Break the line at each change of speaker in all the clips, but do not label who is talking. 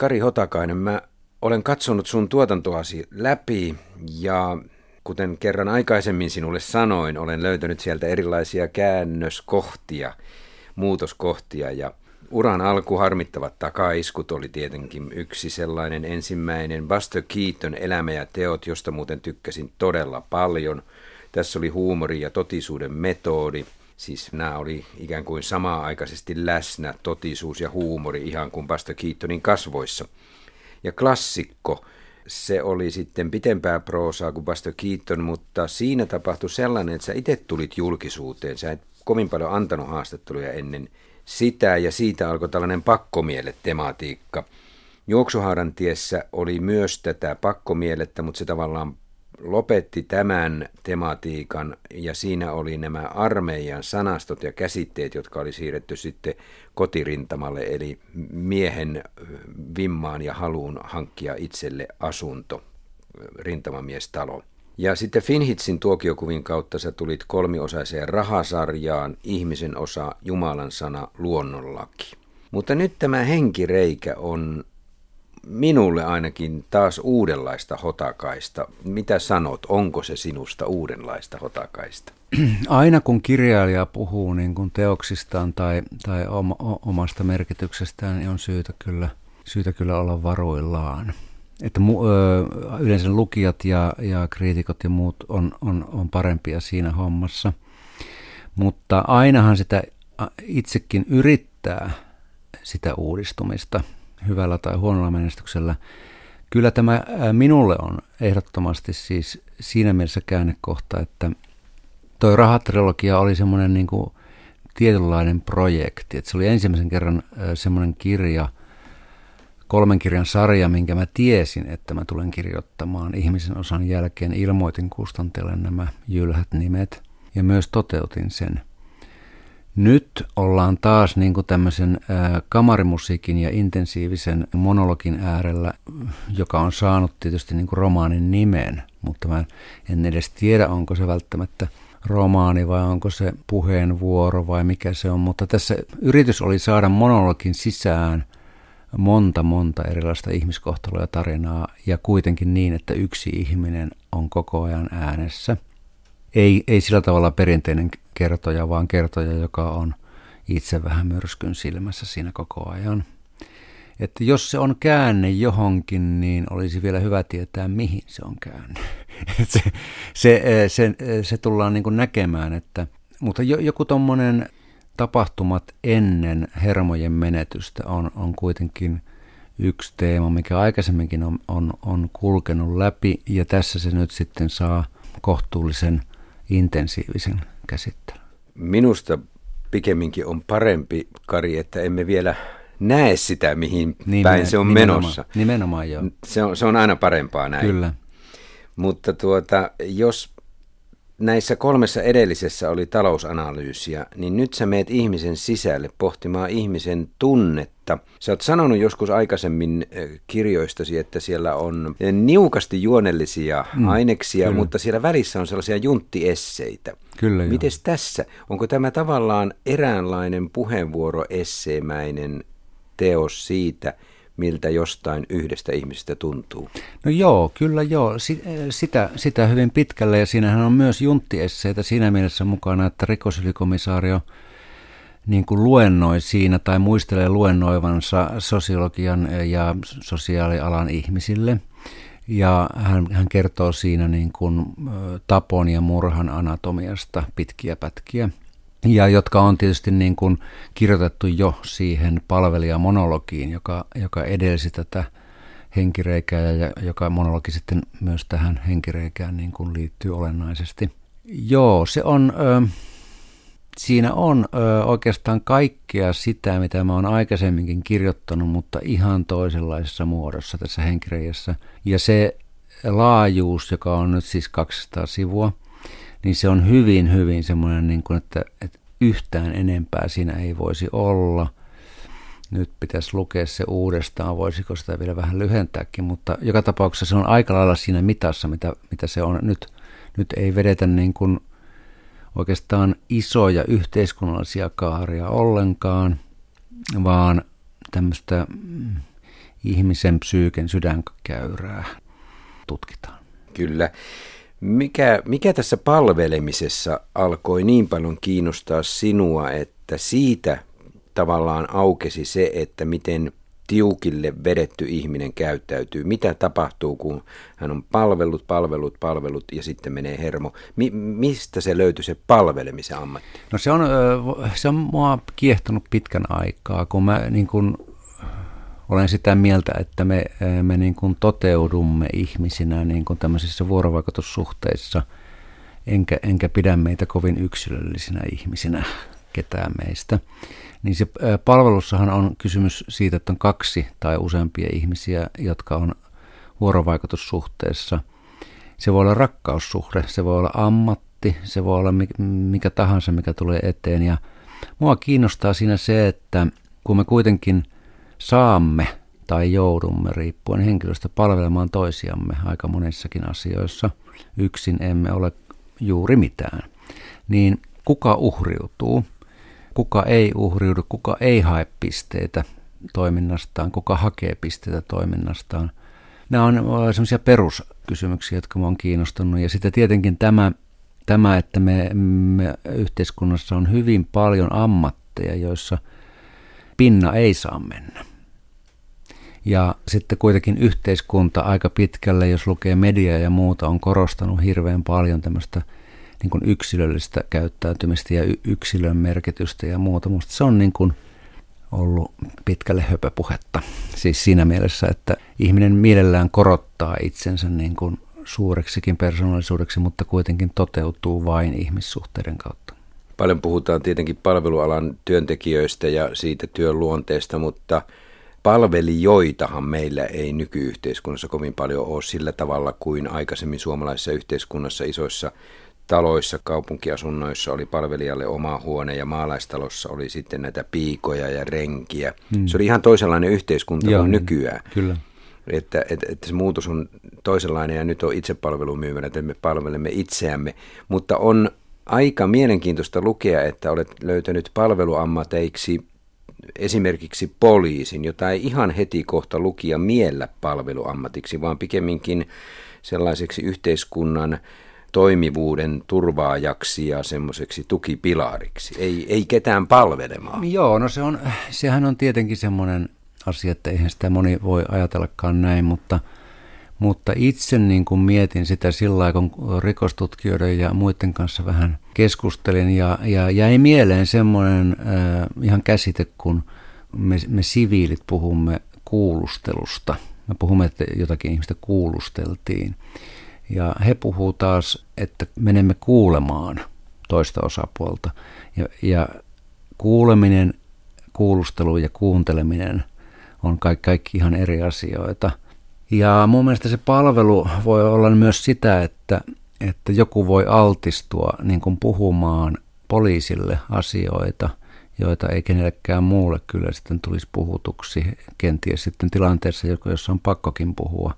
Kari Hotakainen, mä olen katsonut sun tuotantoasi läpi ja kuten kerran aikaisemmin sinulle sanoin, olen löytänyt sieltä erilaisia käännöskohtia, muutoskohtia ja uran alku harmittavat takaiskut oli tietenkin yksi sellainen ensimmäinen. Buster Keaton Elämä ja teot, josta muuten tykkäsin todella paljon. Tässä oli huumori ja totisuuden metodi. Siis nämä oli ikään kuin samaaikaisesti läsnä, totisuus ja huumori, ihan kuin Buster Keatonin kasvoissa. Ja klassikko, se oli sitten pitempää proosaa kuin Buster Keaton, mutta siinä tapahtui sellainen, että sä itse tulit julkisuuteen. Sä et kovin paljon antanut haastatteluja ennen sitä, ja siitä alkoi tällainen pakkomielle-tematiikka. Juoksuhaaran tiessä oli myös tätä pakkomielettä, mutta se tavallaan lopetti tämän tematiikan, ja siinä oli nämä armeijan sanastot ja käsitteet, jotka oli siirretty sitten kotirintamalle, eli miehen vimmaan ja haluun hankkia itselle asunto, rintamamiestalo. Ja sitten Finhitsin tuokiokuvin kautta sä tulit kolmiosaiseen rahasarjaan, ihmisen osa, Jumalan sana, luonnonlaki. Mutta nyt tämä henkireikä on minulle ainakin taas uudenlaista Hotakaista. Mitä sanot, onko se sinusta uudenlaista Hotakaista?
Aina kun kirjailija puhuu niin kuin teoksistaan tai omasta merkityksestään, niin on syytä kyllä olla varuillaan. Että yleensä lukijat ja kriitikot ja muut on parempia siinä hommassa. Mutta ainahan sitä itsekin yrittää sitä uudistumista hyvällä tai huonolla menestyksellä. Kyllä tämä minulle on ehdottomasti siis siinä mielessä käännekohta, että toi Rahatrilogia oli semmoinen niin kuin tietynlainen projekti. Että se oli ensimmäisen kerran semmoinen kirja, 3 kirjan sarja, minkä mä tiesin, että mä tulen kirjoittamaan ihmisen osan jälkeen. Ilmoitin kustantajalle nämä jylhät nimet ja myös toteutin sen. Nyt ollaan taas niin kuin tämmöisen kamarimusiikin ja intensiivisen monologin äärellä, joka on saanut tietysti niin kuin romaanin nimen, mutta mä en edes tiedä, onko se välttämättä romaani vai onko se puheenvuoro vai mikä se on. Mutta tässä yritys oli saada monologin sisään monta erilaista ihmiskohtaloa ja tarinaa ja kuitenkin niin, että yksi ihminen on koko ajan äänessä. Ei sillä tavalla perinteinen kertoja, vaan kertoja, joka on itse vähän myrskyn silmässä siinä koko ajan. Että jos se on käänne johonkin, niin olisi vielä hyvä tietää, mihin se on käänne. Se tullaan niin kuin näkemään, mutta joku tommonen tapahtumat ennen hermojen menetystä on kuitenkin yksi teema, mikä aikaisemminkin on kulkenut läpi, ja tässä se nyt sitten saa kohtuullisen intensiivisen käsittelyn.
Minusta pikemminkin on parempi, Kari, että emme vielä näe sitä, mihin päin se on menossa.
Nimenomaan joo.
Se on aina parempaa näin.
Kyllä.
Mutta jos näissä 3 edellisessä oli talousanalyysiä, niin nyt sä meet ihmisen sisälle pohtimaan ihmisen tunnetta. Sä oot sanonut joskus aikaisemmin kirjoistasi, että siellä on niukasti juonellisia aineksia, kyllä, mutta siellä välissä on sellaisia junttiesseitä.
Kyllä.
Mites tässä? Onko tämä tavallaan eräänlainen puheenvuoroesseemäinen teos siitä, miltä jostain yhdestä ihmisestä tuntuu?
No joo, kyllä joo. Sitä hyvin pitkälle, ja siinähän on myös junttiesseitä siinä mielessä mukana, että rikosylikomissaario niin kuin luennoi siinä tai muistelee luennoivansa sosiologian ja sosiaalialan ihmisille. Ja hän kertoo siinä niin kuin tapon ja murhan anatomiasta pitkiä pätkiä. Ja jotka on tietysti niin kuin kirjoitettu jo siihen palvelijamonologiin, joka edelsi tätä henkireikää ja joka monologi sitten myös tähän henkireikään niin kuin liittyy olennaisesti. Joo, se on, siinä on oikeastaan kaikkea sitä, mitä mä oon aikaisemminkin kirjoittanut, mutta ihan toisenlaisessa muodossa tässä henkireijässä. Ja se laajuus, joka on nyt siis 200 sivua, niin se on hyvin semmoinen, niin kuin, että yhtään enempää siinä ei voisi olla. Nyt pitäisi lukea se uudestaan, voisiko sitä vielä vähän lyhentääkin, mutta joka tapauksessa se on aika lailla siinä mitassa, mitä se on. Nyt ei vedetä niin kuin oikeastaan isoja yhteiskunnallisia kaaria ollenkaan, vaan tämmöistä ihmisen psyyken sydänkäyrää tutkitaan.
Kyllä. Mikä tässä palvelemisessa alkoi niin paljon kiinnostaa sinua, että siitä tavallaan aukesi se, että miten tiukille vedetty ihminen käyttäytyy? Mitä tapahtuu, kun hän on palvellut ja sitten menee hermo? Mistä se löytyi se palvelemisen ammatti?
No se on mua kiehtonut pitkän aikaa, kun mä niin kuin olen sitä mieltä, että me niin kuin toteudumme ihmisinä niin kuin tämmöisissä vuorovaikutussuhteissa, enkä pidä meitä kovin yksilöllisinä ihmisinä, ketään meistä. Niin se palvelussahan on kysymys siitä, että on kaksi tai useampia ihmisiä, jotka on vuorovaikutussuhteessa. Se voi olla rakkaussuhde, se voi olla ammatti, se voi olla mikä tahansa, mikä tulee eteen. Ja mua kiinnostaa siinä se, että kun me kuitenkin saamme tai joudumme riippuen henkilöstä palvelemaan toisiamme aika monissakin asioissa, yksin emme ole juuri mitään, niin kuka uhriutuu? Kuka ei uhriudu, kuka ei hae pisteitä toiminnastaan, kuka hakee pisteitä toiminnastaan. Nämä on sellaisia peruskysymyksiä, jotka minua on kiinnostanut. Ja sitten tietenkin tämä että me yhteiskunnassa on hyvin paljon ammatteja, joissa pinna ei saa mennä. Ja sitten kuitenkin yhteiskunta aika pitkälle, jos lukee mediaa ja muuta, on korostanut hirveän paljon tämmöistä niin kuin yksilöllistä käyttäytymistä ja yksilön merkitystä ja muuta. Musta se on niin kuin ollut pitkälle höpöpuhetta. Siis siinä mielessä, että ihminen mielellään korottaa itsensä niin kuin suureksikin persoonallisuudeksi, mutta kuitenkin toteutuu vain ihmissuhteiden kautta.
Paljon puhutaan tietenkin palvelualan työntekijöistä ja siitä työn luonteesta, mutta palvelijoitahan meillä ei nykyyhteiskunnassa kovin paljon ole sillä tavalla kuin aikaisemmin suomalaisessa yhteiskunnassa isoissa taloissa, kaupunkiasunnoissa oli palvelijalle oma huone ja maalaistalossa oli sitten näitä piikoja ja renkiä. Se oli ihan toisenlainen yhteiskunta kuin nykyään.
Kyllä.
Että se muutos on toisenlainen ja nyt on itsepalvelumyymälä, että me palvelemme itseämme. Mutta on aika mielenkiintoista lukea, että olet löytänyt palveluammateiksi esimerkiksi poliisin, jota ei ihan heti kohta lukija miellä palveluammatiksi, vaan pikemminkin sellaiseksi yhteiskunnan toimivuuden turvaajaksi ja semmoiseksi tukipilariksi, ei ketään palvelemaan.
Joo, no sehän on tietenkin semmoinen asia, että eihän sitä moni voi ajatellakaan näin, mutta itse niin kuin mietin sitä sillä lailla, kun rikostutkijoiden ja muiden kanssa vähän keskustelin ja jäi mieleen semmoinen ihan käsite, kun me siviilit puhumme kuulustelusta. Me puhumme, että jotakin ihmistä kuulusteltiin. Ja he puhuu taas, että menemme kuulemaan toista osapuolta. Ja kuuleminen, kuulustelu ja kuunteleminen on kaikki ihan eri asioita. Ja mun mielestä se palvelu voi olla myös sitä, että joku voi altistua niin kuin puhumaan poliisille asioita, joita ei kenellekään muulle kyllä sitten tulisi puhutuksi, kenties sitten tilanteessa, jossa on pakkokin puhua.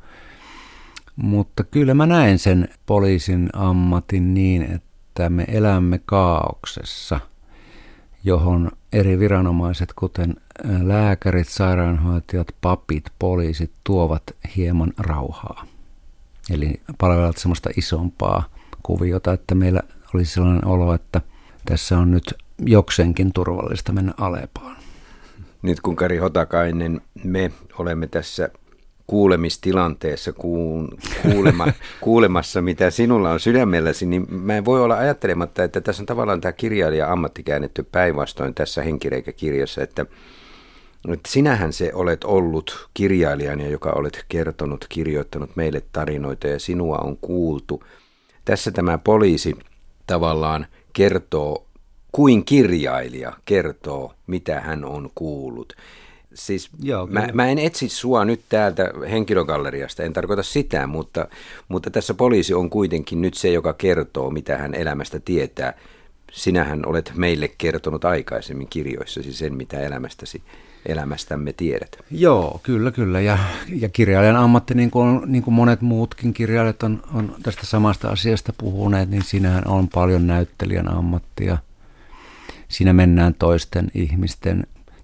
Mutta kyllä mä näen sen poliisin ammatin niin, että me elämme kaauksessa, johon eri viranomaiset, kuten lääkärit, sairaanhoitajat, papit, poliisit, tuovat hieman rauhaa. Eli palvelevat semmoista isompaa kuviota, että meillä olisi sellainen olo, että tässä on nyt jokseenkin turvallista mennä Alepaan.
Nyt kun Kari Hotakainen, me olemme tässä kuulemistilanteessa kuulemassa, mitä sinulla on sydämelläsi, niin mä en voi olla ajattelematta, että tässä on tavallaan tämä kirjailija-ammatti käännetty päinvastoin tässä henkireikäkirjassa, että sinähän se olet ollut kirjailijana, joka olet kirjoittanut meille tarinoita ja sinua on kuultu. Tässä tämä poliisi tavallaan kertoo, kuin kirjailija kertoo, mitä hän on kuullut. Siis joo, mä en etsi sua nyt täältä henkilögalleriasta, en tarkoita sitä, mutta tässä poliisi on kuitenkin nyt se, joka kertoo, mitä hän elämästä tietää. Sinähän olet meille kertonut aikaisemmin kirjoissasi sen, mitä elämästämme tiedät.
Joo, kyllä. Ja kirjailijan ammatti, niin kuin monet muutkin kirjailijat on tästä samasta asiasta puhuneet, niin siinähän on paljon näyttelijän ammattia. Siinä mennään toisten ihmisten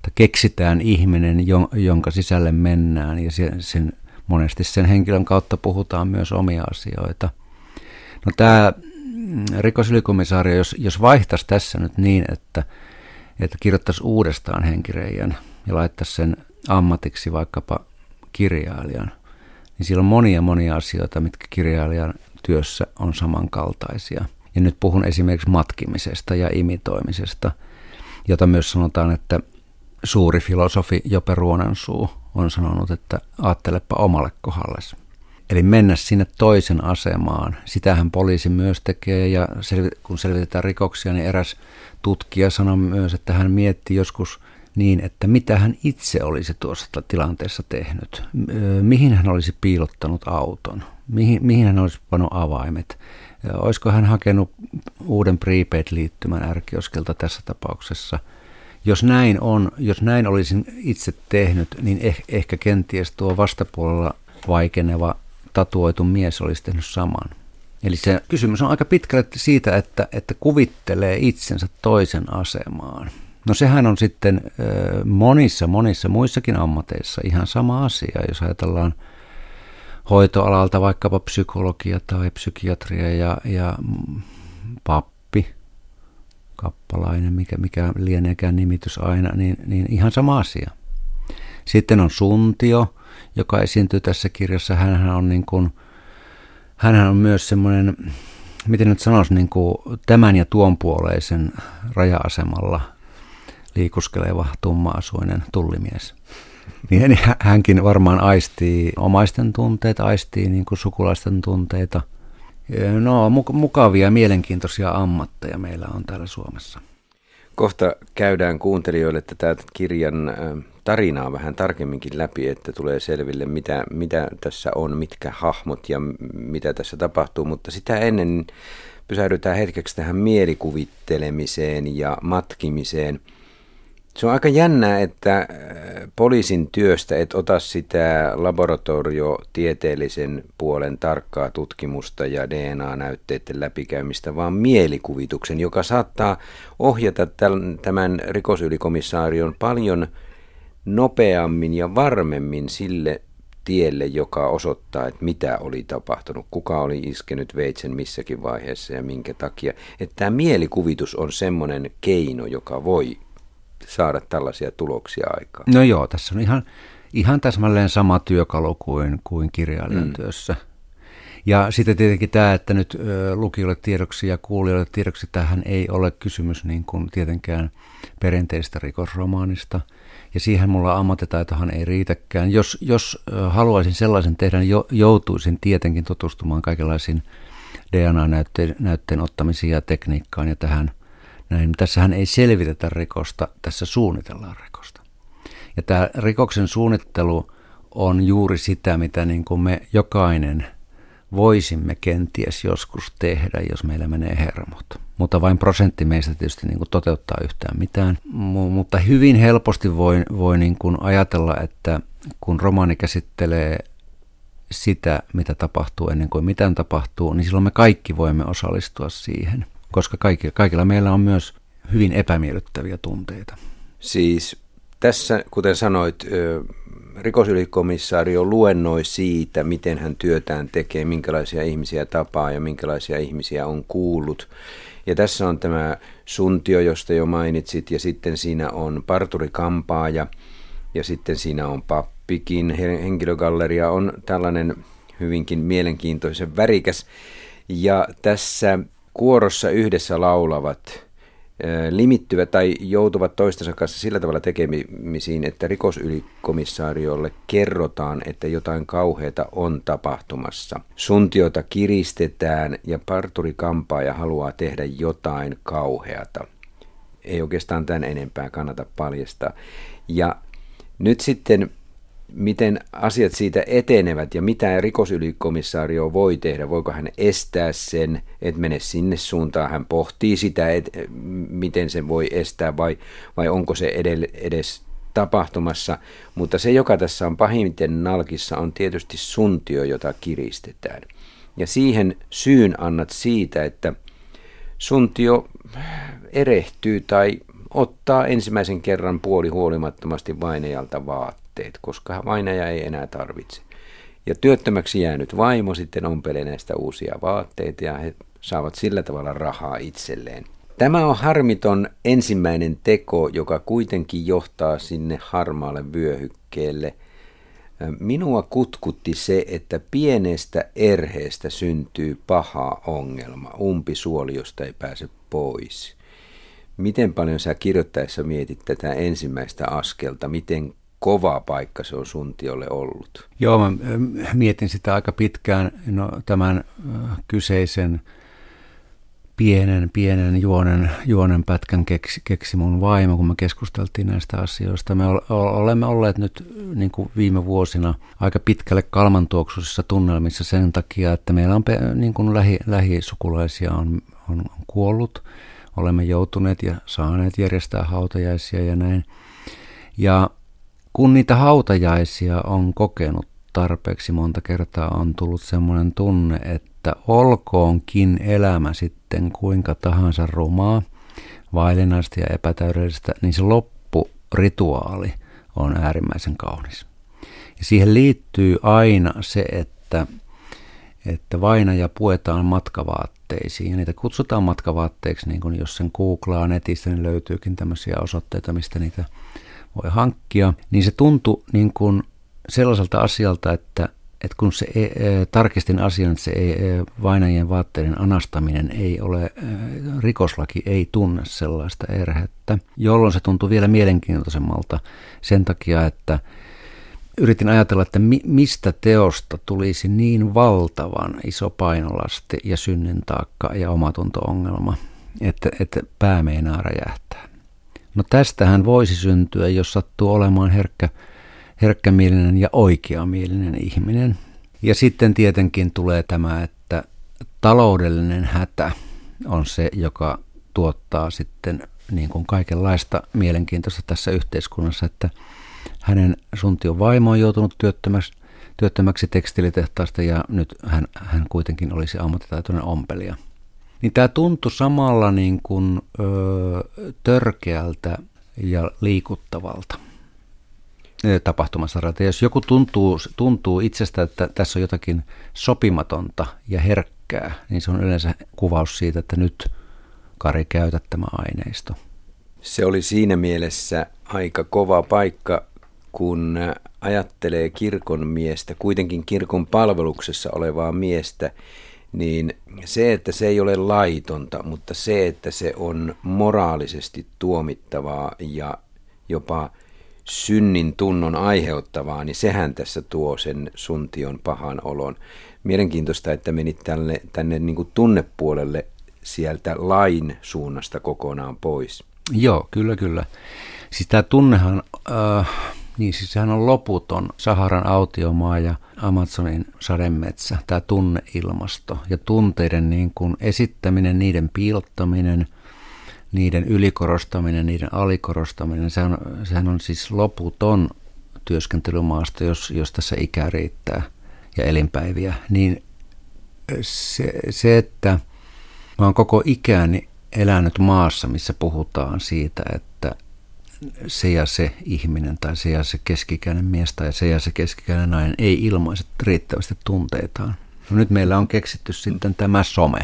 että keksitään ihminen, jonka sisälle mennään ja monesti sen henkilön kautta puhutaan myös omia asioita. No tämä rikosylikomissaario, jos vaihtaisi tässä nyt niin, että kirjoittaisi uudestaan henkireiän ja laittaisi sen ammatiksi vaikkapa kirjailijan, niin siellä on monia asioita, mitkä kirjailijan työssä on samankaltaisia. Ja nyt puhun esimerkiksi matkimisesta ja imitoimisesta, jota myös sanotaan, että suuri filosofi Jope Ruonansuu on sanonut, että ajattelepa omalle kohdallesi. Eli mennä sinne toisen asemaan. Sitähän poliisi myös tekee, ja kun selvitetään rikoksia, niin eräs tutkija sanoi myös, että hän mietti joskus niin, että mitä hän itse olisi tuossa tilanteessa tehnyt. Mihin hän olisi piilottanut auton, mihin hän olisi pannut avaimet. Olisiko hän hakenut uuden prepaid-liittymän R-kioskelta tässä tapauksessa. Jos näin olisin itse tehnyt, niin ehkä kenties tuo vastapuolella vaikeneva tatuoitu mies olisi tehnyt saman. Eli se kysymys on aika pitkälle siitä, että kuvittelee itsensä toisen asemaan. No sehän on sitten monissa muissakin ammateissa ihan sama asia, jos ajatellaan hoitoalalta vaikkapa psykologia tai psykiatria ja pappi, kappalainen, mikä lieneekään nimitys aina, niin ihan sama asia. Sitten on Suntio, joka esiintyy tässä kirjassa. Hänhän on myös semmoinen, miten nyt sanoisi, niin kuin tämän ja tuon puoleisen raja-asemalla liikuskeleva tumma-asuinen tullimies. Niin hänkin varmaan aistii omaisten tunteita, aistii niin kuin sukulaisten tunteita. No, mukavia, mielenkiintoisia ammatteja meillä on täällä Suomessa.
Kohta käydään kuuntelijoille tätä kirjan tarinaa vähän tarkemminkin läpi, että tulee selville, mitä tässä on, mitkä hahmot ja mitä tässä tapahtuu. Mutta sitä ennen pysähdytään hetkeksi tähän mielikuvittelemiseen ja matkimiseen. Se on aika jännää, että poliisin työstä et ota sitä laboratoriotieteellisen puolen tarkkaa tutkimusta ja DNA-näytteiden läpikäymistä, vaan mielikuvituksen, joka saattaa ohjata tämän rikosylikomissarion paljon nopeammin ja varmemmin sille tielle, joka osoittaa, että mitä oli tapahtunut, kuka oli iskenyt veitsen missäkin vaiheessa ja minkä takia. Että tämä mielikuvitus on semmoinen keino, joka voi saada tällaisia tuloksia aikaan.
No joo, tässä on ihan täsmälleen sama työkalu kuin kirjailijan työssä. Ja sitten tietenkin tämä, että nyt lukijoille tiedoksi ja kuulijoille tiedoksi, tähän ei ole kysymys niin kuin tietenkään perinteistä rikosromaanista. Ja siihen mulla ammattitaitohan ei riitäkään. Jos haluaisin sellaisen tehdä, niin joutuisin tietenkin tutustumaan kaikenlaisiin DNA-näytteen ottamisiin ja tekniikkaan ja tähän. Näin. Tässähän ei selvitetä rikosta, tässä suunnitellaan rikosta. Ja tämä rikoksen suunnittelu on juuri sitä, mitä niin kuin me jokainen voisimme kenties joskus tehdä, jos meillä menee hermot. Mutta vain prosentti meistä tietysti niin kuin toteuttaa yhtään mitään. Mutta hyvin helposti voi niin kuin ajatella, että kun romaani käsittelee sitä, mitä tapahtuu ennen kuin mitään tapahtuu, niin silloin me kaikki voimme osallistua siihen. Koska kaikilla meillä on myös hyvin epämiellyttäviä tunteita.
Siis tässä, kuten sanoit, rikosylikomissaario luennoi siitä, miten hän työtään tekee, minkälaisia ihmisiä tapaa ja minkälaisia ihmisiä on kuullut. Ja tässä on tämä Suntio, josta jo mainitsit, ja sitten siinä on parturi-kampaaja, ja sitten siinä on pappikin. Henkilögalleria on tällainen hyvinkin mielenkiintoisen värikäs. Ja tässä kuorossa yhdessä laulavat, limittyvät tai joutuvat toistensa kanssa sillä tavalla tekemisiin, että rikosylikomissariolle kerrotaan, että jotain kauheata on tapahtumassa. Suntiota kiristetään ja parturi-kampaaja haluaa tehdä jotain kauheata. Ei oikeastaan tämän enempää kannata paljastaa. Ja nyt sitten miten asiat siitä etenevät ja mitä rikosylikomissaario voi tehdä. Voiko hän estää sen, että mene sinne suuntaan? Hän pohtii sitä, että miten sen voi estää vai onko se edes tapahtumassa. Mutta se, joka tässä on pahimiten nalkissa, on tietysti Suntio, jota kiristetään. Ja siihen syyn annat siitä, että Suntio erehtyy tai ottaa ensimmäisen kerran puolihuolimattomasti vainajalta vaatteet, koska vainaja ei enää tarvitse. Ja työttömäksi jäänyt vaimo sitten ompelee näistä uusia vaatteita ja he saavat sillä tavalla rahaa itselleen. Tämä on harmiton ensimmäinen teko, joka kuitenkin johtaa sinne harmaalle vyöhykkeelle. Minua kutkutti se, että pienestä erheestä syntyy paha ongelma, umpisuoli, josta ei pääse pois. Miten paljon sä kirjoittaessa mietit tätä ensimmäistä askelta, miten kova paikka se on Suntiolle ollut?
Joo, mä mietin sitä aika pitkään. No, tämän kyseisen pienen juonen pätkän keksi mun vaimo, kun me keskusteltiin näistä asioista. Me olemme olleet nyt niin kuin viime vuosina aika pitkälle kalmantuoksuisissa tunnelmissa sen takia, että meillä on niin kuin lähisukulaisia on kuollut. Olemme joutuneet ja saaneet järjestää hautajaisia ja näin. Ja kun niitä hautajaisia on kokenut tarpeeksi monta kertaa, on tullut semmoinen tunne, että olkoonkin elämä sitten kuinka tahansa rumaa, vaillinaista ja epätäydellistä, niin se loppurituaali on äärimmäisen kaunis. Ja siihen liittyy aina se, että vainaja puetaan matkavaatteisiin. Ja niitä kutsutaan matkavaatteiksi, niin kuin jos sen googlaa netistä, niin löytyykin tämmöisiä osoitteita, mistä niitä voi hankkia. Niin se tuntui niin kuin sellaiselta asialta, että kun se tarkistin asian, että se vainajien vaatteiden anastaminen ei ole, rikoslaki ei tunne sellaista erhettä, jolloin se tuntui vielä mielenkiintoisemmalta sen takia, että yritin ajatella, että mistä teosta tulisi niin valtavan iso painolasti ja synnintaakka ja omatunto-ongelma, että pää meinaa räjähtää. No tästähän voisi syntyä, jos sattuu olemaan herkkämielinen ja oikeamielinen ihminen. Ja sitten tietenkin tulee tämä, että taloudellinen hätä on se, joka tuottaa sitten niin kuin kaikenlaista mielenkiintoista tässä yhteiskunnassa, että hänen Suntion vaimo on joutunut työttömäksi tekstiilitehtaasta ja nyt hän kuitenkin olisi ammattitaitoinen ompelija. Niin tämä tuntui samalla niin kuin törkeältä ja liikuttavalta tapahtumasarjalta. Jos joku tuntuu itsestä, että tässä on jotakin sopimatonta ja herkkää, niin se on yleensä kuvaus siitä, että nyt Kari käytä tämä aineisto.
Se oli siinä mielessä aika kova paikka, kun ajattelee kirkon miestä, kuitenkin kirkon palveluksessa olevaa miestä, niin se, että se ei ole laitonta, mutta se, että se on moraalisesti tuomittavaa ja jopa synnin tunnon aiheuttavaa, niin sehän tässä tuo sen Suntion pahan olon. Mielenkiintoista, että menit tänne niin kuin tunnepuolelle sieltä lain suunnasta kokonaan pois.
Joo, kyllä. Siis tämä tunnehan, siis sehän on loputon Saharan autiomaa ja Amazonin sademetsä, tämä tunneilmasto ja tunteiden niin kuin esittäminen, niiden piilottaminen, niiden ylikorostaminen, niiden alikorostaminen, sehän on siis loputon työskentelymaasto, jos tässä ikää riittää ja elinpäiviä. Niin se, että mä oon koko ikäni elänyt maassa, missä puhutaan siitä, että se ja se ihminen tai se ja se keski-ikäinen mies tai se ja se keski-ikäinen nainen ei ilmaise riittävästi tunteitaan. No nyt meillä on keksitty sitten tämä some.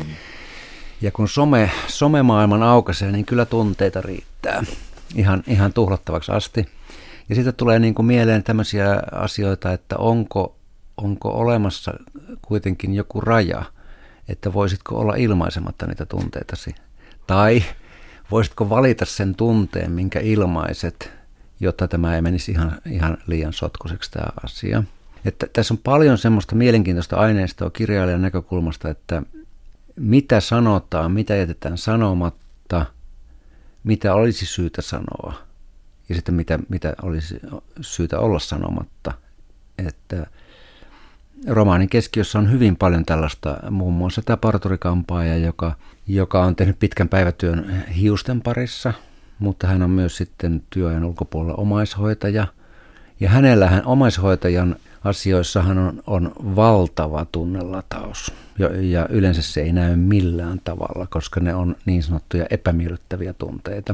Ja kun somemaailman aukaisee, niin kyllä tunteita riittää ihan tuhlattavaksi asti. Ja sitten tulee niin kuin mieleen tämmöisiä asioita, että onko olemassa kuitenkin joku raja, että voisitko olla ilmaisematta niitä tunteitasi. Tai voisitko valita sen tunteen, minkä ilmaiset, jotta tämä ei menisi ihan liian sotkuiseksi tämä asia. Että tässä on paljon semmoista mielenkiintoista aineistoa kirjailijan näkökulmasta, että mitä sanotaan, mitä jätetään sanomatta, mitä olisi syytä sanoa ja sitten mitä olisi syytä olla sanomatta. Että romaanin keskiössä on hyvin paljon tällaista, muun muassa tämä parturikampaaja, joka on tehnyt pitkän päivätyön hiusten parissa, mutta hän on myös sitten työajan ulkopuolella omaishoitaja. Ja hänellähän omaishoitajan asioissahan on valtava tunnelataus ja yleensä se ei näy millään tavalla, koska ne on niin sanottuja epämiellyttäviä tunteita.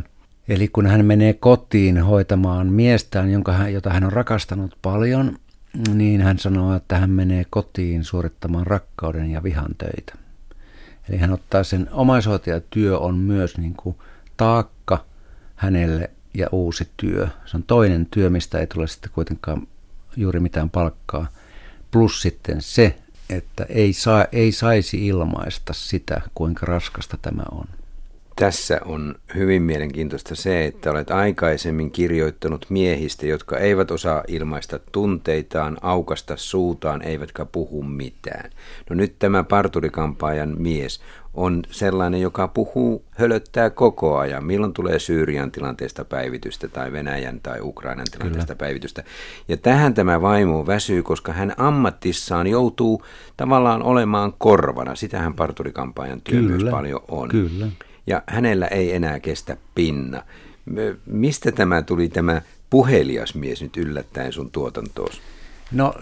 Eli kun hän menee kotiin hoitamaan miestään, jota hän on rakastanut paljon, niin hän sanoo, että hän menee kotiin suorittamaan rakkauden ja vihan töitä. Eli hän ottaa sen omaishoitajatyö on myös niin kuin taakka hänelle ja uusi työ. Se on toinen työ, mistä ei tule sitten kuitenkaan juuri mitään palkkaa. Plus sitten se, että ei saisi ilmaista sitä, kuinka raskasta tämä on.
Tässä on hyvin mielenkiintoista se, että olet aikaisemmin kirjoittanut miehistä, jotka eivät osaa ilmaista tunteitaan, aukasta suutaan, eivätkä puhu mitään. No nyt tämä parturikampaajan mies on sellainen, joka puhuu, hölöttää koko ajan. Milloin tulee Syyrian tilanteesta päivitystä tai Venäjän tai Ukrainan tilanteesta päivitystä. Ja tähän tämä vaimo väsyy, koska hän ammatissaan joutuu tavallaan olemaan korvana. Sitähän parturikampaajan työ myös paljon on.
Kyllä.
Ja hänellä ei enää kestä pinna. Mistä tuli tämä puhelias mies nyt yllättäen sun tuotantoos?
No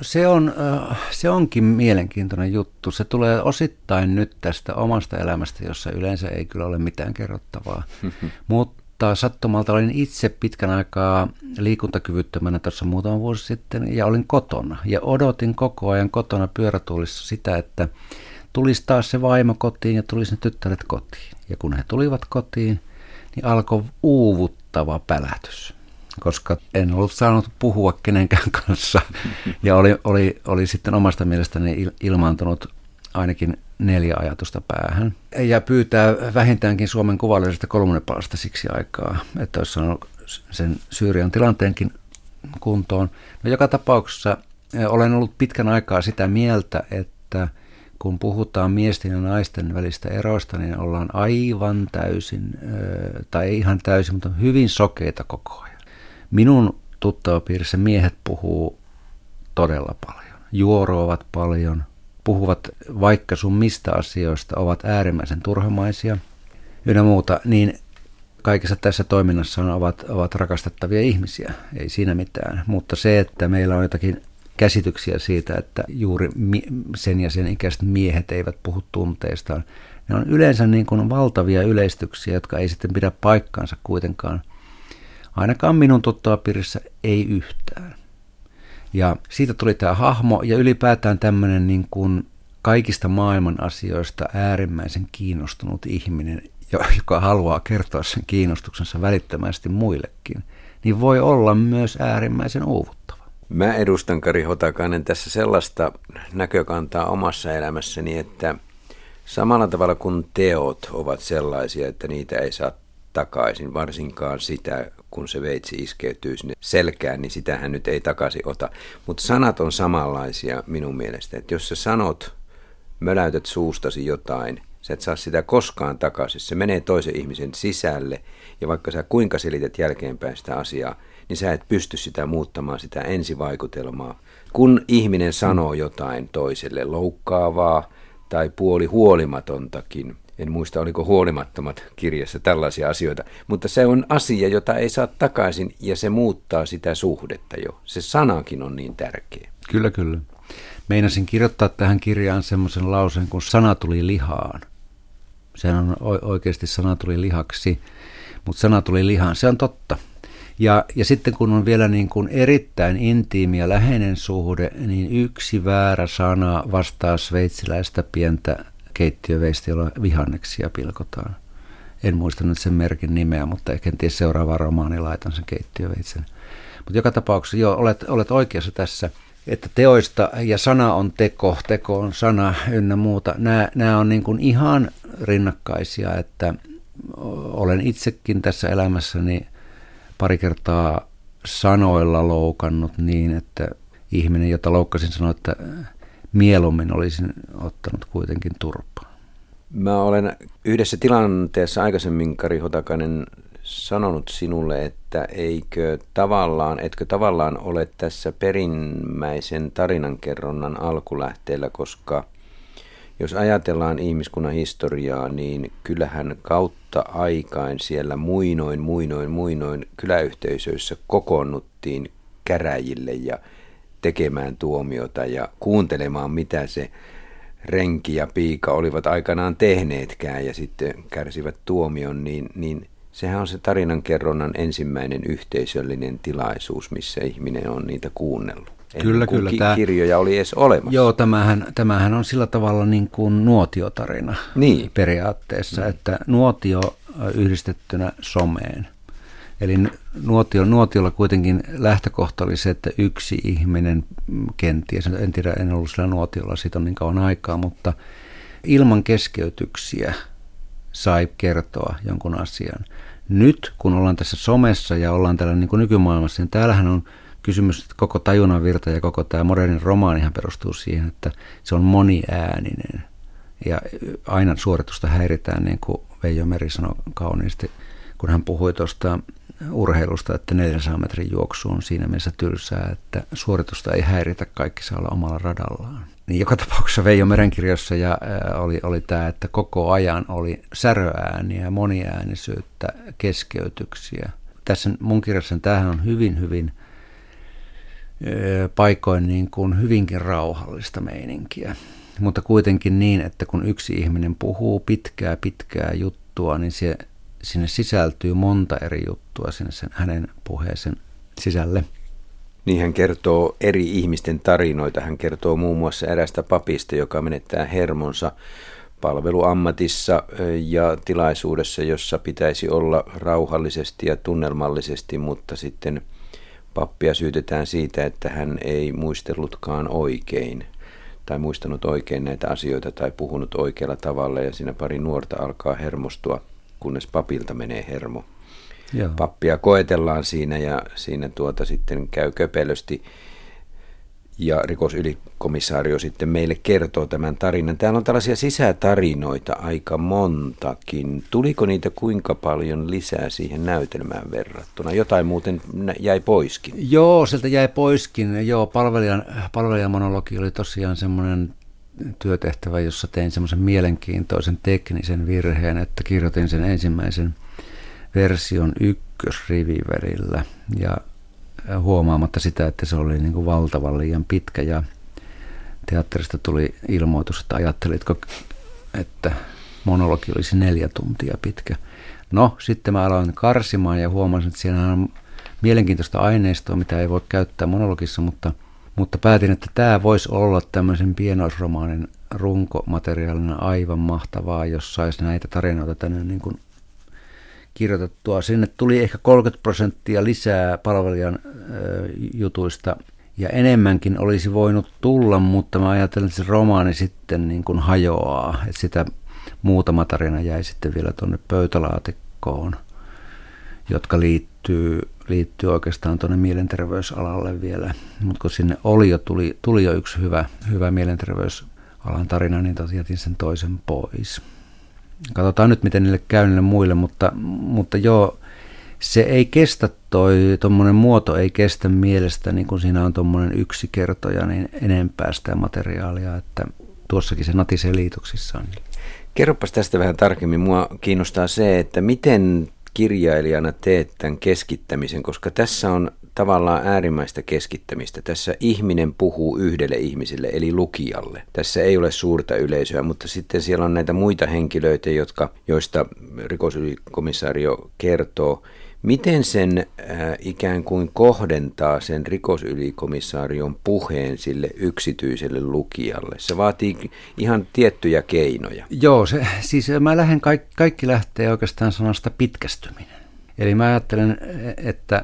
se onkin mielenkiintoinen juttu. Se tulee osittain nyt tästä omasta elämästä, jossa yleensä ei kyllä ole mitään kerrottavaa. Mutta sattumalta olin itse pitkän aikaa liikuntakyvyttömänä tuossa muutama vuosi sitten ja olin kotona. Ja odotin koko ajan kotona pyörätuolissa sitä, että tulisi taas se vaimo kotiin ja tulisi ne tyttäret kotiin. Ja kun he tulivat kotiin, niin alkoi uuvuttava pälätys, koska en ollut saanut puhua kenenkään kanssa. Ja oli sitten omasta mielestäni ilmaantunut ainakin 4 ajatusta päähän. Ja pyytää vähintäänkin Suomen Kuvallisesta kolumnipalasta siksi aikaa, että olisi saanut sen Syyrian tilanteenkin kuntoon. No joka tapauksessa olen ollut pitkän aikaa sitä mieltä, että kun puhutaan miesten ja naisten välistä eroista, niin ollaan aivan täysin, tai ei ihan täysin, mutta hyvin sokeita koko ajan. Minun tuttavapiirissä miehet puhuu todella paljon, juoroavat paljon, puhuvat vaikka sun mistä asioista, ovat äärimmäisen turhamaisia ynnä muuta, niin kaikessa tässä toiminnassa ovat rakastettavia ihmisiä, ei siinä mitään. Mutta se, että meillä on jotakin käsityksiä siitä, että juuri sen ja sen ikäiset miehet eivät puhu tunteistaan. Ne on yleensä niin kuin valtavia yleistyksiä, jotka ei sitten pidä paikkaansa kuitenkaan. Ainakaan minun tuttavapiirissä ei yhtään. Ja siitä tuli tämä hahmo ja ylipäätään tämmöinen niin kuin kaikista maailman asioista äärimmäisen kiinnostunut ihminen, joka haluaa kertoa sen kiinnostuksensa välittömästi muillekin, niin voi olla myös äärimmäisen uuvuttava.
Mä edustan, Kari Hotakainen, tässä sellaista näkökantaa omassa elämässäni, että samalla tavalla kuin teot ovat sellaisia, että niitä ei saa takaisin, varsinkaan sitä, kun se veitsi iskeytyy sinne selkään, niin sitähän nyt ei takaisin ota. Mutta sanat on samanlaisia minun mielestä, että jos sä möläytät suustasi jotain, sä et saa sitä koskaan takaisin. Se menee toisen ihmisen sisälle, ja vaikka sä kuinka selität jälkeenpäin sitä asiaa, niin sä et pysty sitä muuttamaan, sitä ensivaikutelmaa. Kun ihminen sanoo jotain toiselle loukkaavaa tai puoli huolimatontakin, en muista oliko Huolimattomat kirjassa tällaisia asioita, mutta se on asia, jota ei saa takaisin ja se muuttaa sitä suhdetta jo. Se sanakin on niin tärkeä.
Kyllä, kyllä. Meinasin kirjoittaa tähän kirjaan semmoisen lauseen, kun sana tuli lihaan. Sehän on oikeasti sana tuli lihaksi, mutta sana tuli lihaan. Se on totta. Ja sitten kun on vielä niin kuin erittäin intiimi ja läheinen suhde, niin yksi väärä sana vastaa sveitsiläistä pientä keittiöveistä, jolla vihanneksia pilkotaan. En muista nyt sen merkin nimeä, mutta kenties seuraavaan romaaniin laitan sen keittiöveitsen. Mutta joka tapauksessa joo, olet oikeassa tässä, että teoista ja sana on teko on sana ynnä muuta. Nämä on niin kuin ihan rinnakkaisia, että olen itsekin tässä elämässäni pari kertaa sanoilla loukannut niin, että ihminen, jota loukkasin, sanoi, että mieluummin olisin ottanut kuitenkin turpaa.
Mä olen yhdessä tilanteessa aikaisemmin, Kari Hotakainen, sanonut sinulle, että etkö tavallaan ole tässä perimmäisen tarinankerronnan alkulähteellä, koska jos ajatellaan ihmiskunnan historiaa, niin kyllähän kautta aikain siellä muinoin kyläyhteisöissä kokoonnuttiin käräjille ja tekemään tuomiota ja kuuntelemaan, mitä se renki ja piika olivat aikanaan tehneetkään ja sitten kärsivät tuomion, niin Sehän on se tarinankerronnan ensimmäinen yhteisöllinen tilaisuus, missä ihminen on niitä kuunnellut.
Kyllä.
Kirjoja oli edes olemassa.
Joo, tämähän on sillä tavalla niin kuin nuotiotarina periaatteessa, että nuotio yhdistettynä someen. Eli nuotiolla kuitenkin lähtökohta oli se, että yksi ihminen kenties, en tiedä, en ollut sillä nuotiolla, siitä on niin kauan aikaa, mutta ilman keskeytyksiä sai kertoa jonkun asian. Nyt, kun ollaan tässä somessa ja ollaan täällä niin kuin nykymaailmassa, niin täällähän on kysymys, että koko tajunnan virta ja koko tämä modernin romaanihan perustuu siihen, että se on moniääninen. Ja aina suoritusta häiritään, niin kuin Veijo Meri sanoi kauniisti, kun hän puhui tuosta urheilusta, että 400 metrin juoksu on siinä mielessä tylsää, että suoritusta ei häiritä, kaikki saa olla omalla radallaan. Niin joka tapauksessa Veijo Meren kirjassa oli tämä, että koko ajan oli säröääniä, moniäänisyyttä, keskeytyksiä. Tässä mun kirjassa tämähän on hyvin paikoin niin kuin hyvinkin rauhallista meininkiä. Mutta kuitenkin niin, että kun yksi ihminen puhuu pitkää juttua, niin sinne sisältyy monta eri juttua sinne hänen puheeseen sisälle.
Niin hän kertoo eri ihmisten tarinoita. Hän kertoo muun muassa erästä papista, joka menettää hermonsa palveluammatissa ja tilaisuudessa, jossa pitäisi olla rauhallisesti ja tunnelmallisesti, mutta sitten pappia syytetään siitä, että hän ei muistellutkaan oikein tai muistanut oikein näitä asioita tai puhunut oikealla tavalla, ja siinä pari nuorta alkaa hermostua, kunnes papilta menee hermo. Joo. Pappia koetellaan siinä ja siinä sitten käy köpelösti ja rikosylikomisaario sitten meille kertoo tämän tarinan. Täällä on tällaisia sisätarinoita aika montakin. Tuliko niitä kuinka paljon lisää siihen näytelmään verrattuna? Jotain muuten jäi poiskin.
Joo, sieltä jäi poiskin. Joo, palvelijan monologi oli tosiaan semmoinen työtehtävä, jossa tein semmoisen mielenkiintoisen teknisen virheen, että kirjoitin sen ensimmäisen version ykkösrivin välillä ja huomaamatta sitä, että se oli niin kuin valtavan liian pitkä, ja teatterista tuli ilmoitus, että ajattelitko, että monologi olisi 4 tuntia pitkä. No, sitten mä aloin karsimaan ja huomasin, että siellä on mielenkiintoista aineistoa, mitä ei voi käyttää monologissa, mutta päätin, että tämä voisi olla tämmöisen pienoisromaanin runkomateriaalina aivan mahtavaa, jos saisi näitä tarinoita tänne niin kuin kirjoitettua. Sinne tuli ehkä 30% lisää palvelijan jutuista ja enemmänkin olisi voinut tulla, mutta mä ajattelin, että se romaani sitten niin kuin hajoaa, että sitä muutama tarina jäi sitten vielä tuonne pöytälaatikkoon, jotka liittyy oikeastaan tuonne mielenterveysalalle vielä, mutta kun sinne tuli jo yksi hyvä mielenterveysalan tarina, niin jätin sen toisen pois. Katsotaan nyt, miten niille käy niille muille, mutta joo, se ei kestä tuommoinen muoto ei kestä mielestäni, kun siinä on tuommoinen yksi kertoja, niin enempää sitä materiaalia, että tuossakin se natisee liitoksissaan.
Kerropas tästä vähän tarkemmin. Mua kiinnostaa se, että miten kirjailijana teet tämän keskittämisen, koska tässä on tavallaan äärimmäistä keskittämistä. Tässä ihminen puhuu yhdelle ihmiselle, eli lukijalle. Tässä ei ole suurta yleisöä, mutta sitten siellä on näitä muita henkilöitä, joista rikosylikomisaario kertoo. Miten sen ikään kuin kohdentaa sen rikosylikomisaarion puheen sille yksityiselle lukijalle? Se vaatii ihan tiettyjä keinoja.
Joo, siis mä lähden, kaikki lähtee oikeastaan sanasta pitkästyminen. Eli mä ajattelen, että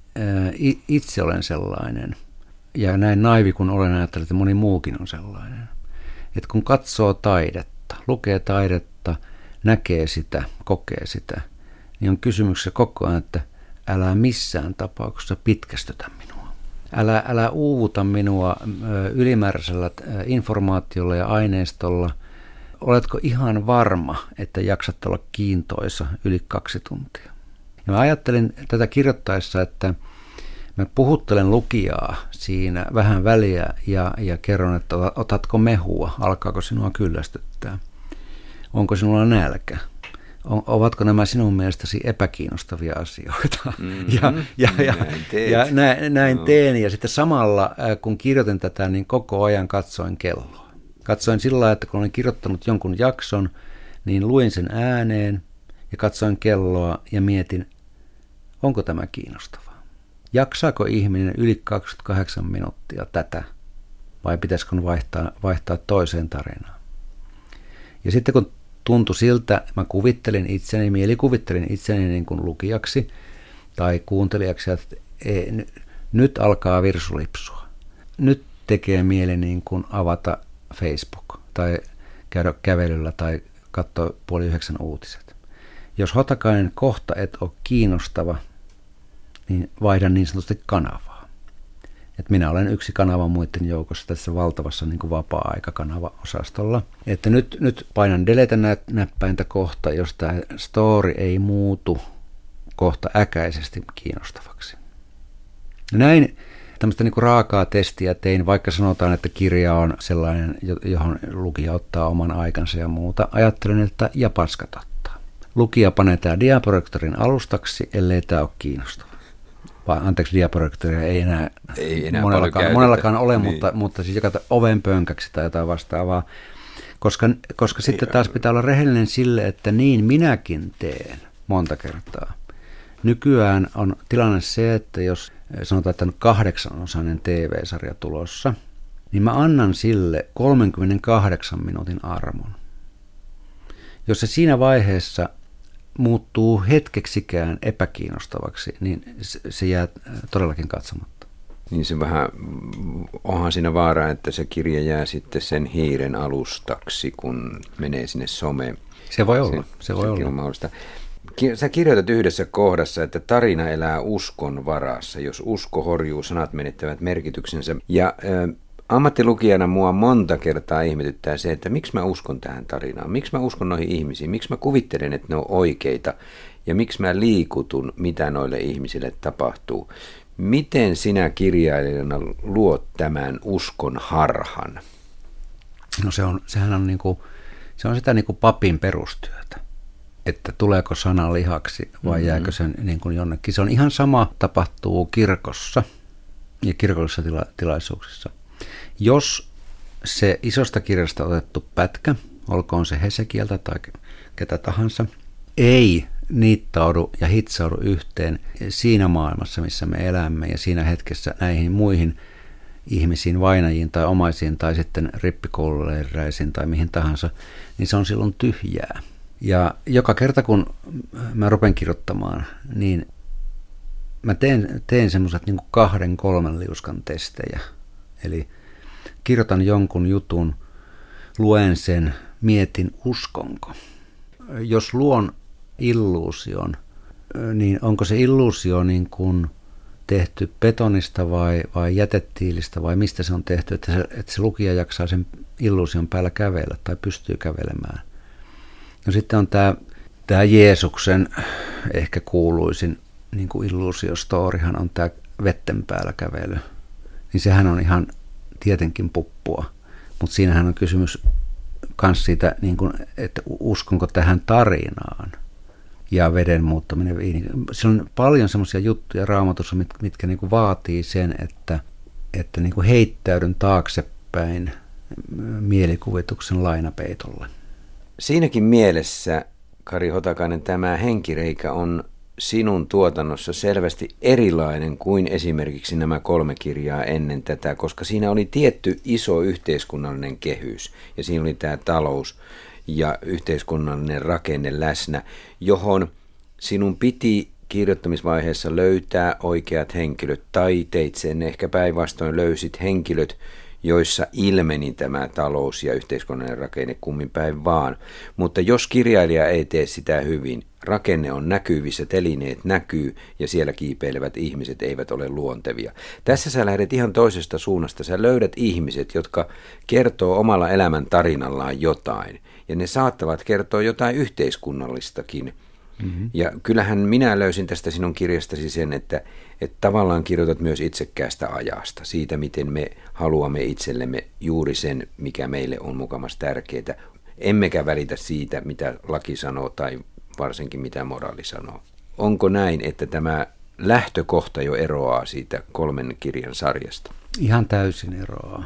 itse olen sellainen, ja näin naivi kun olen, ajattelen, että moni muukin on sellainen. Että kun katsoo taidetta, lukee taidetta, näkee sitä, kokee sitä, niin on kysymyksessä koko ajan, että älä missään tapauksessa pitkästytä minua. Älä uuvuta minua ylimääräisellä informaatiolla ja aineistolla. Oletko ihan varma, että jaksat olla kiintoisa yli 2 tuntia? Ja mä ajattelin tätä kirjoittaessa, että mä puhuttelen lukijaa siinä vähän väliä ja kerron, että otatko mehua, alkaako sinua kyllästyttää, onko sinulla nälkä, ovatko nämä sinun mielestäsi epäkiinnostavia asioita. Näin teen, ja sitten samalla kun kirjoitin tätä, niin koko ajan katsoin kelloa. Katsoin sillä lailla, että kun olen kirjoittanut jonkun jakson, niin luin sen ääneen ja katsoin kelloa ja mietin, onko tämä kiinnostavaa. Jaksaako ihminen yli 28 minuuttia tätä vai pitäisikö vaihtaa toiseen tarinaan? Ja sitten kun tuntui siltä, mä mielikuvittelin itseni niin kuin lukijaksi tai kuuntelijaksi, että nyt alkaa virsu lipsua. Nyt tekee mieli niin kuin avata Facebook tai käydä kävelyllä tai katsoa 8:30 uutiset. Jos Hotakainen kohta et ole kiinnostava, niin vaihdan niin sanotusti kanavaa. Et minä olen yksi kanava muiden joukossa tässä valtavassa niin kuin vapaa-aikakanava-osastolla. Että nyt painan delete-näppäintä kohta, jos tämä story ei muutu kohta äkäisesti kiinnostavaksi. Näin tämmöistä niin kuin raakaa testiä tein, vaikka sanotaan, että kirja on sellainen, johon lukija ottaa oman aikansa ja muuta. Ajattelin, että ja paskat ottaa. Lukija panee tämä diaprojektorin alustaksi, ellei tämä ole kiinnostava. Anteeksi, diaprojektoria ei enää monellakaan ole, niin. mutta siis joka oven pönkäksi tai jotain vastaavaa. Koska sitten taas pitää olla rehellinen sille, että niin minäkin teen monta kertaa. Nykyään on tilanne se, että jos sanotaan, että on 8-osainen TV-sarja tulossa, niin mä annan sille 38 minuutin armon. Jos se siinä vaiheessa muuttuu hetkeksikään epäkiinnostavaksi, niin se jää todellakin katsomatta.
Niin se vähän, onhan siinä vaara, että se kirja jää sitten sen hiiren alustaksi, kun menee sinne someen.
Se voi olla. Se voi olla.
Mahdollista. Sä kirjoitat yhdessä kohdassa, että tarina elää uskon varassa. Jos usko horjuu, sanat menettävät merkityksensä. Ja ammattilukijana mua monta kertaa ihmetyttää se, että miksi mä uskon tähän tarinaan. Miksi mä uskon noihin ihmisiin. Miksi mä kuvittelen, että ne on oikeita. Ja miksi mä liikutun, mitä noille ihmisille tapahtuu. Miten sinä kirjailijana luot tämän uskon harhan?
No sehän on niinku, se on sitä niinku papin perustyötä. Että tuleeko sana lihaksi vai jääkö sen niin kuin jonnekin. Se on ihan sama, tapahtuu kirkossa ja kirkollisissa tilaisuuksissa. Jos se isosta kirjasta otettu pätkä, olkoon se Hesekieltä tai ketä tahansa, ei niittaudu ja hitsaudu yhteen siinä maailmassa, missä me elämme ja siinä hetkessä näihin muihin ihmisiin, vainajiin tai omaisiin tai sitten rippikoululeireisiin tai mihin tahansa, niin se on silloin tyhjää. Ja joka kerta, kun mä rupen kirjoittamaan, niin mä teen semmoiset niin 2-3 liuskan testejä. Eli kirjoitan jonkun jutun, luen sen, mietin uskonko. Jos luon illuusion, niin onko se illuusio niin kuin tehty betonista vai jätetiilistä vai mistä se on tehty, että se lukija jaksaa sen illuusion päällä kävellä tai pystyy kävelemään. No sitten on tämä Jeesuksen ehkä kuuluisin niin kuin illuusiostorihan on tämä vetten päällä kävely. Niin sehän on ihan tietenkin puppua, mutta siinähän on kysymys myös siitä, niin kuin, että uskonko tähän tarinaan ja veden muuttaminen viiniin. Se on paljon semmoisia juttuja Raamatussa, mitkä niin kuin vaatii sen, että niin kuin heittäydyn taaksepäin mielikuvituksen lainapeitolle.
Siinäkin mielessä, Kari Hotakainen, tämä henkireikä on sinun tuotannossa selvästi erilainen kuin esimerkiksi nämä 3 kirjaa ennen tätä, koska siinä oli tietty iso yhteiskunnallinen kehys ja siinä oli tämä talous ja yhteiskunnallinen rakenne läsnä, johon sinun piti kirjoittamisvaiheessa löytää oikeat henkilöt tai teit sen ehkä päinvastoin löysit henkilöt, joissa ilmeni tämä talous ja yhteiskunnallinen rakenne kummin päin vaan. Mutta jos kirjailija ei tee sitä hyvin, rakenne on näkyvissä, telineet näkyy ja siellä kiipeilevät ihmiset eivät ole luontevia. Tässä sä lähdet ihan toisesta suunnasta. Sä löydät ihmiset, jotka kertoo omalla elämän tarinallaan jotain. Ja ne saattavat kertoa jotain yhteiskunnallistakin. Mm-hmm. Ja kyllähän minä löysin tästä sinun kirjastasi sen, että tavallaan kirjoitat myös itsekkäästä ajasta, siitä miten me haluamme itsellemme juuri sen, mikä meille on mukamas tärkeää, emmekä välitä siitä, mitä laki sanoo tai varsinkin mitä moraali sanoo. Onko näin, että tämä lähtökohta jo eroaa siitä 3 kirjan sarjasta?
Ihan täysin eroaa.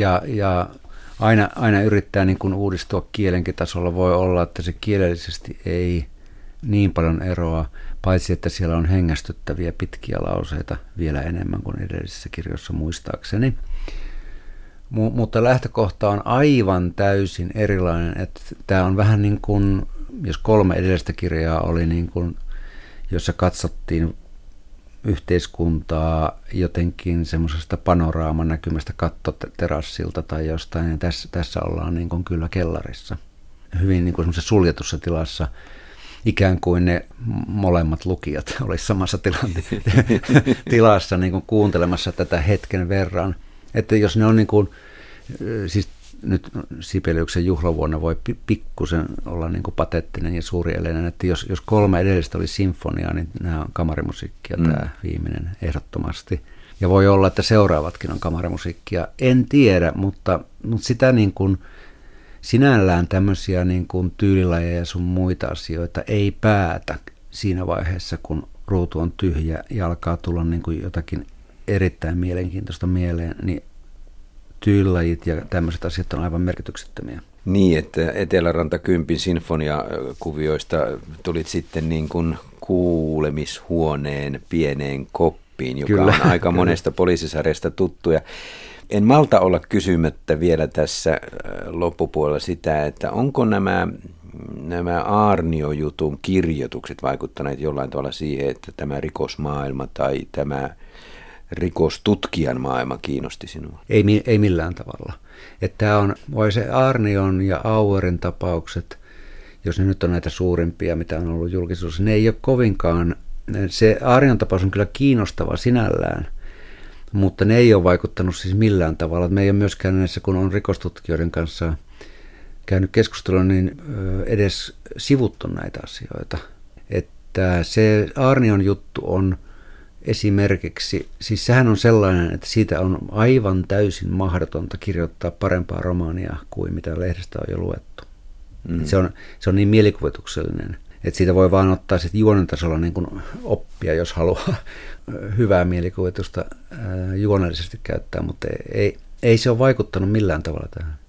Ja aina yrittää niin kuin uudistua kielenkin tasolla. Voi olla, että se kielellisesti ei niin paljon eroa, paitsi että siellä on hengästyttäviä pitkiä lauseita vielä enemmän kuin edellisissä kirjoissa muistaakseni. Mutta lähtökohta on aivan täysin erilainen. Että tämä on vähän niin kuin, jos 3 edellistä kirjaa oli niin kuin, jossa katsottiin yhteiskuntaa jotenkin semmoisesta panoraaman näkymästä kattoterassilta tai jostain, ja tässä ollaan niin kuin kyllä kellarissa. Hyvin niin kuin semmoisessa suljetussa tilassa, ikään kuin ne molemmat lukijat olisi samassa tilassa niin kuin kuuntelemassa tätä hetken verran. Että jos ne on niin kuin, siis nyt Sibeliuksen juhlavuonna voi pikkusen olla niin kuin pateettinen ja suurieleinen, että jos 3 edellistä oli sinfoniaa, niin nämä on kamarimusiikkia, tämä viimeinen ehdottomasti. Ja voi olla, että seuraavatkin on kamarimusiikkia. En tiedä, mutta sitä niin kuin sinällään tämmöisiä niin kuin tyylilajeja ja sun muita asioita ei päätä siinä vaiheessa, kun ruutu on tyhjä ja alkaa tulla niin kuin jotakin erittäin mielenkiintoista mieleen, niin tyylilajit ja tämmöiset asiat on aivan merkityksettömiä.
Niin, että Eteläranta Kympin sinfoniakuvioista tulit sitten niin kuin kuulemishuoneen pieneen koppiin, joka kyllä on aika monesta poliisisarjasta tuttu. Ja en malta olla kysymättä vielä tässä loppupuolella sitä, että onko nämä Aarnio-jutun kirjoitukset vaikuttaneet jollain tavalla siihen, että tämä rikosmaailma tai tämä rikostutkijan maailma kiinnosti sinua?
Ei millään tavalla. Että voi se Aarnion ja Auerin tapaukset, jos ne nyt on näitä suurimpia, mitä on ollut julkisuudessa, ne ei ole kovinkaan, se Aarnion tapaus on kyllä kiinnostava sinällään, mutta ne ei ole vaikuttanut siis millään tavalla. Me ei ole myöskään näissä, kun on rikostutkijoiden kanssa käynyt keskustelua, niin edes sivuttu näitä asioita. Että se Aarnion juttu on esimerkiksi, siis sehän on sellainen, että siitä on aivan täysin mahdotonta kirjoittaa parempaa romaania kuin mitä lehdestä on jo luettu. Se on niin mielikuvituksellinen, että siitä voi vaan ottaa sitten juonen tasolla niin kuin oppia, jos haluaa hyvää mielikuvitusta juonellisesti käyttää, mutta ei se ole vaikuttanut millään tavalla tähän.